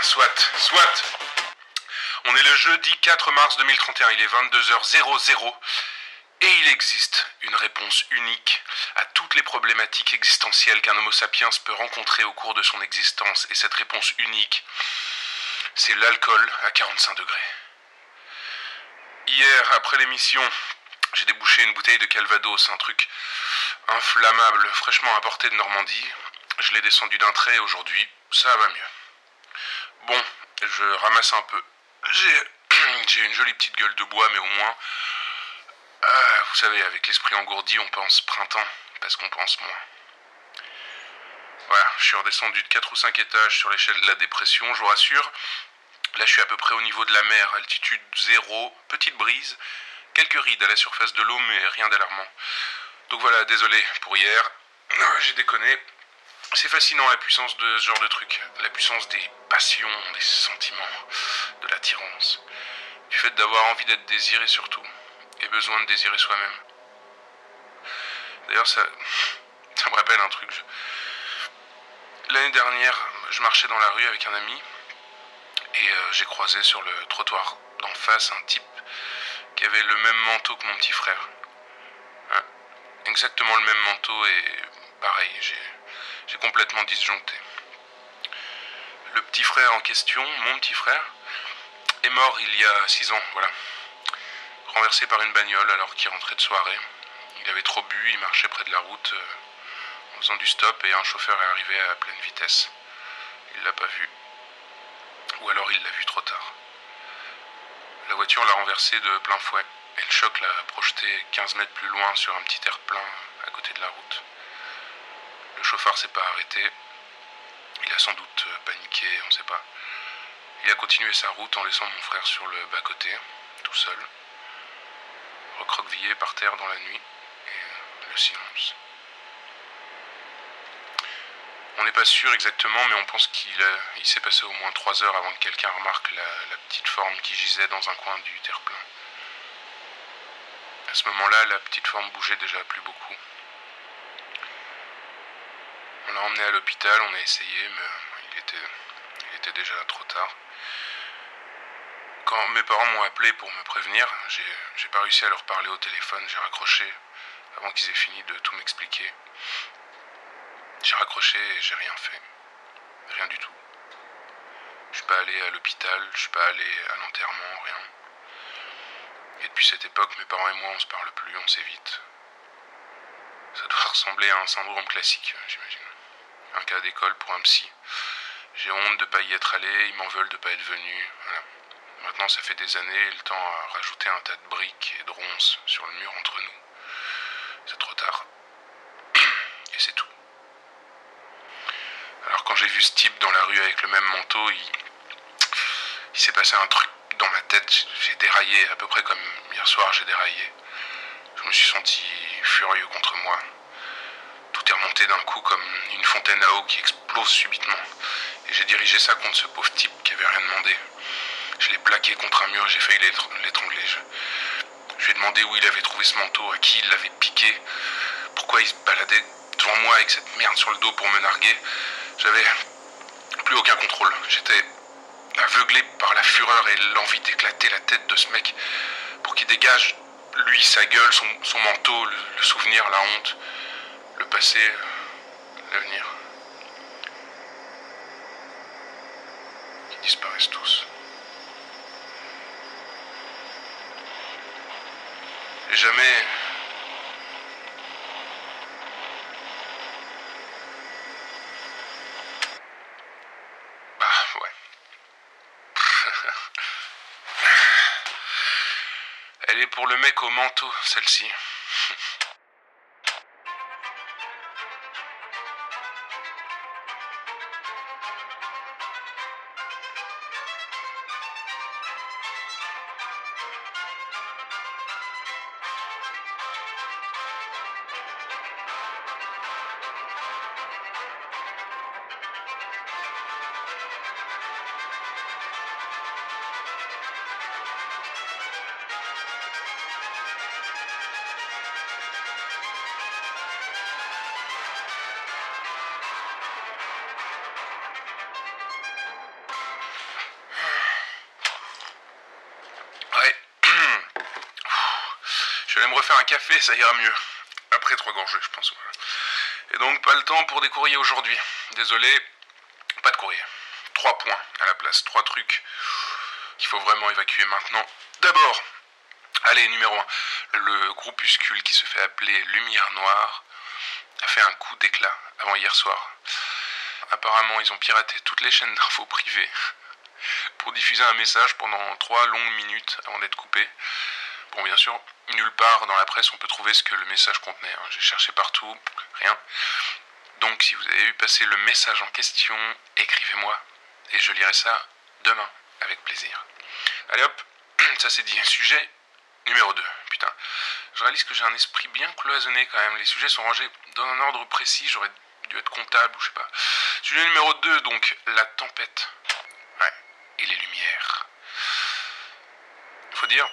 Soit. On est le jeudi 4 mars 2031, il est 22h00 et il existe une réponse unique à toutes les problématiques existentielles qu'un homo sapiens peut rencontrer au cours de son existence. Et cette réponse unique, c'est l'alcool à 45 degrés. Hier, après l'émission, j'ai débouché une bouteille de Calvados, un truc inflammable, fraîchement importé de Normandie. Je l'ai descendu d'un trait et aujourd'hui, ça va mieux. Bon, je ramasse un peu. J'ai une jolie petite gueule de bois, mais au moins, vous savez, avec l'esprit engourdi, on pense printemps, parce qu'on pense moins. Voilà, je suis redescendu de 4 ou 5 étages sur l'échelle de la dépression, je vous rassure. Là, je suis à peu près au niveau de la mer, altitude 0, petite brise, quelques rides à la surface de l'eau, mais rien d'alarmant. Donc voilà, désolé pour hier, j'ai déconné. C'est fascinant la puissance de ce genre de truc, la puissance des passions, des sentiments, de l'attirance, du fait d'avoir envie d'être désiré surtout, et besoin de désirer soi-même. D'ailleurs, ça me rappelle un truc. L'année dernière, je marchais dans la rue avec un ami, et j'ai croisé sur le trottoir d'en face un type qui avait le même manteau que mon petit frère. Hein, exactement le même manteau, et pareil, j'ai complètement disjoncté. Le petit frère en question, mon petit frère, est mort il y a 6 ans, voilà. Renversé par une bagnole alors qu'il rentrait de soirée. Il avait trop bu, il marchait près de la route en faisant du stop et un chauffeur est arrivé à pleine vitesse. Il l'a pas vu. Ou alors il l'a vu trop tard. La voiture l'a renversé de plein fouet et le choc l'a projeté 15 mètres plus loin sur un petit terre-plein à côté de la route. Le chauffeur s'est pas arrêté. Il a sans doute paniqué, on sait pas. Il a continué sa route en laissant mon frère sur le bas-côté, tout seul, recroquevillé par terre dans la nuit, et le silence. On n'est pas sûr exactement, mais on pense qu'il s'est passé au moins 3 heures avant que quelqu'un remarque la petite forme qui gisait dans un coin du terre-plein. À ce moment-là, la petite forme bougeait déjà plus beaucoup. On l'a emmené à l'hôpital, on a essayé, mais il était déjà trop tard. Quand mes parents m'ont appelé pour me prévenir, j'ai pas réussi à leur parler au téléphone, j'ai raccroché avant qu'ils aient fini de tout m'expliquer. J'ai raccroché et j'ai rien fait. Rien du tout. Je suis pas allé à l'hôpital, je suis pas allé à l'enterrement, rien. Et depuis cette époque, mes parents et moi, on se parle plus, on s'évite. Ça doit ressembler à un syndrome classique, j'imagine. Un cas d'école pour un psy. J'ai honte de pas y être allé, ils m'en veulent de pas être venu, voilà. Maintenant, ça fait des années, et le temps a rajouté un tas de briques et de ronces sur le mur entre nous. C'est trop tard. Et c'est tout. Alors quand j'ai vu ce type dans la rue avec le même manteau, il s'est passé un truc dans ma tête. J'ai déraillé, à peu près comme hier soir j'ai déraillé. Je me suis senti furieux contre moi. Tout est remonté d'un coup comme une fontaine à eau qui explose subitement. Et j'ai dirigé ça contre ce pauvre type qui avait rien demandé. Je l'ai plaqué contre un mur, j'ai failli l'étrangler. Je lui ai demandé où il avait trouvé ce manteau, à qui il l'avait piqué, pourquoi il se baladait devant moi avec cette merde sur le dos pour me narguer. J'avais plus aucun contrôle. J'étais aveuglé par la fureur et l'envie d'éclater la tête de ce mec pour qu'il dégage, lui, sa gueule, son manteau, le souvenir, la honte, le passé, l'avenir. Ils disparaissent tous. Et jamais... Bah, ouais. Elle est pour le mec au manteau, celle-ci. Je vais aller me refaire un café, ça ira mieux. Après 3 gorgées, je pense. Voilà. Et donc, pas le temps pour des courriers aujourd'hui. Désolé, pas de courrier. 3 points à la place, 3 trucs qu'il faut vraiment évacuer maintenant. D'abord, allez, numéro 1, le groupuscule qui se fait appeler Lumière Noire a fait un coup d'éclat avant hier soir. Apparemment, ils ont piraté toutes les chaînes d'infos privées pour diffuser un message pendant 3 longues minutes avant d'être coupé. Bon, bien sûr, nulle part dans la presse on peut trouver ce que le message contenait. J'ai cherché partout, rien. Donc, si vous avez vu passer le message en question, écrivez-moi et je lirai ça demain avec plaisir. Allez hop, ça c'est dit. Sujet numéro 2. Putain, je réalise que j'ai un esprit bien cloisonné quand même. Les sujets sont rangés dans un ordre précis, j'aurais dû être comptable ou je sais pas. Sujet numéro 2, donc, la tempête. Ouais, et les lumières. Faut dire,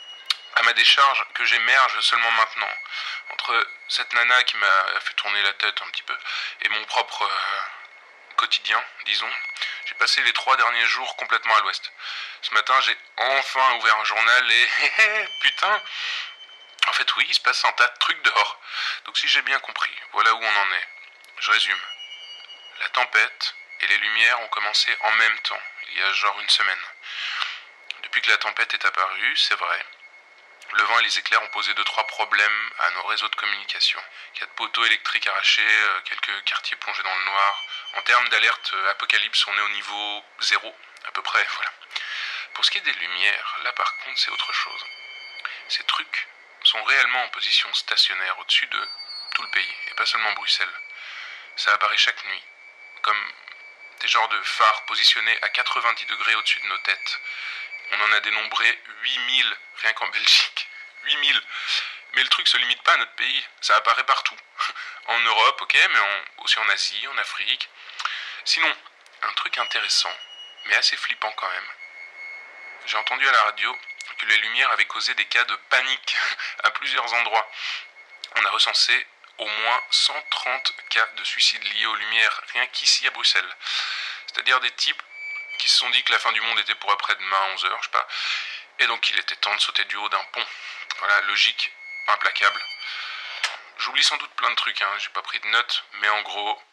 à ma décharge, que j'émerge seulement maintenant. Entre cette nana qui m'a fait tourner la tête un petit peu, et mon propre quotidien, disons, j'ai passé les 3 derniers jours complètement à l'ouest. Ce matin, j'ai enfin ouvert un journal et... putain, en fait oui, il se passe un tas de trucs dehors. Donc si j'ai bien compris, voilà où on en est. Je résume. La tempête et les lumières ont commencé en même temps, il y a genre une semaine. Depuis que la tempête est apparue, c'est vrai, le vent et les éclairs ont posé 2-3 problèmes à nos réseaux de communication. 4 poteaux électriques arrachés, quelques quartiers plongés dans le noir. En termes d'alerte apocalypse, on est au niveau 0, à peu près, voilà. Pour ce qui est des lumières, là par contre c'est autre chose. Ces trucs sont réellement en position stationnaire au-dessus de tout le pays, et pas seulement Bruxelles. Ça apparaît chaque nuit, comme des genres de phares positionnés à 90 degrés au-dessus de nos têtes. On en a dénombré 8000 rien qu'en Belgique. 8000. Mais le truc se limite pas à notre pays, ça apparaît partout. En Europe, ok, mais aussi en Asie, en Afrique. Sinon, un truc intéressant, mais assez flippant quand même. J'ai entendu à la radio que les lumières avaient causé des cas de panique à plusieurs endroits. On a recensé au moins 130 cas de suicide liés aux lumières, rien qu'ici à Bruxelles. C'est-à-dire des types qui se sont dit que la fin du monde était pour après-demain à 11h, je sais pas, et donc il était temps de sauter du haut d'un pont. Voilà, logique, implacable. J'oublie sans doute plein de trucs, j'ai pas pris de notes, mais en gros,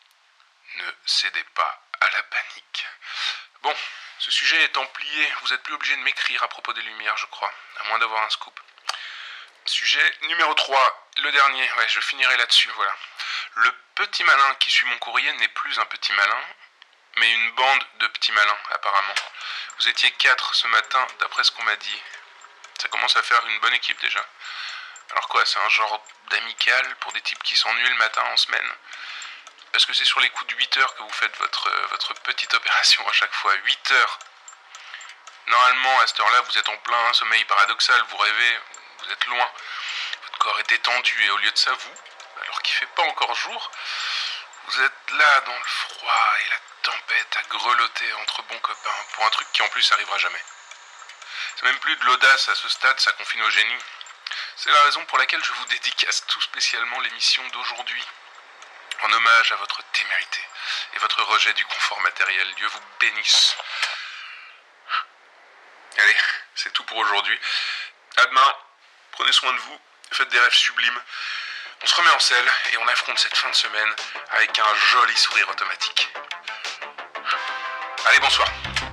ne cédez pas à la panique. Bon, ce sujet étant plié, vous êtes plus obligé de m'écrire à propos des lumières, je crois, à moins d'avoir un scoop. Sujet numéro 3, le dernier, ouais, je finirai là-dessus, voilà. Le petit malin qui suit mon courrier n'est plus un petit malin, mais une bande de petits malins, apparemment. Vous étiez 4 ce matin, d'après ce qu'on m'a dit. Ça commence à faire une bonne équipe déjà. Alors quoi, c'est un genre d'amical pour des types qui s'ennuient le matin en semaine? Parce que c'est sur les coups de 8 heures que vous faites votre petite opération à chaque fois. 8 heures. Normalement, à cette heure-là, vous êtes en plein sommeil paradoxal, vous rêvez, vous êtes loin. Votre corps est détendu et au lieu de ça, vous, alors qu'il fait pas encore jour, vous êtes là dans le froid et la tempête à grelotter entre bons copains pour un truc qui en plus arrivera jamais. C'est même plus de l'audace à ce stade, ça confine au génie. C'est la raison pour laquelle je vous dédicace tout spécialement l'émission d'aujourd'hui. En hommage à votre témérité et votre rejet du confort matériel. Dieu vous bénisse. Allez, c'est tout pour aujourd'hui. À demain, prenez soin de vous, faites des rêves sublimes. On se remet en selle et on affronte cette fin de semaine avec un joli sourire automatique. Allez, bonsoir.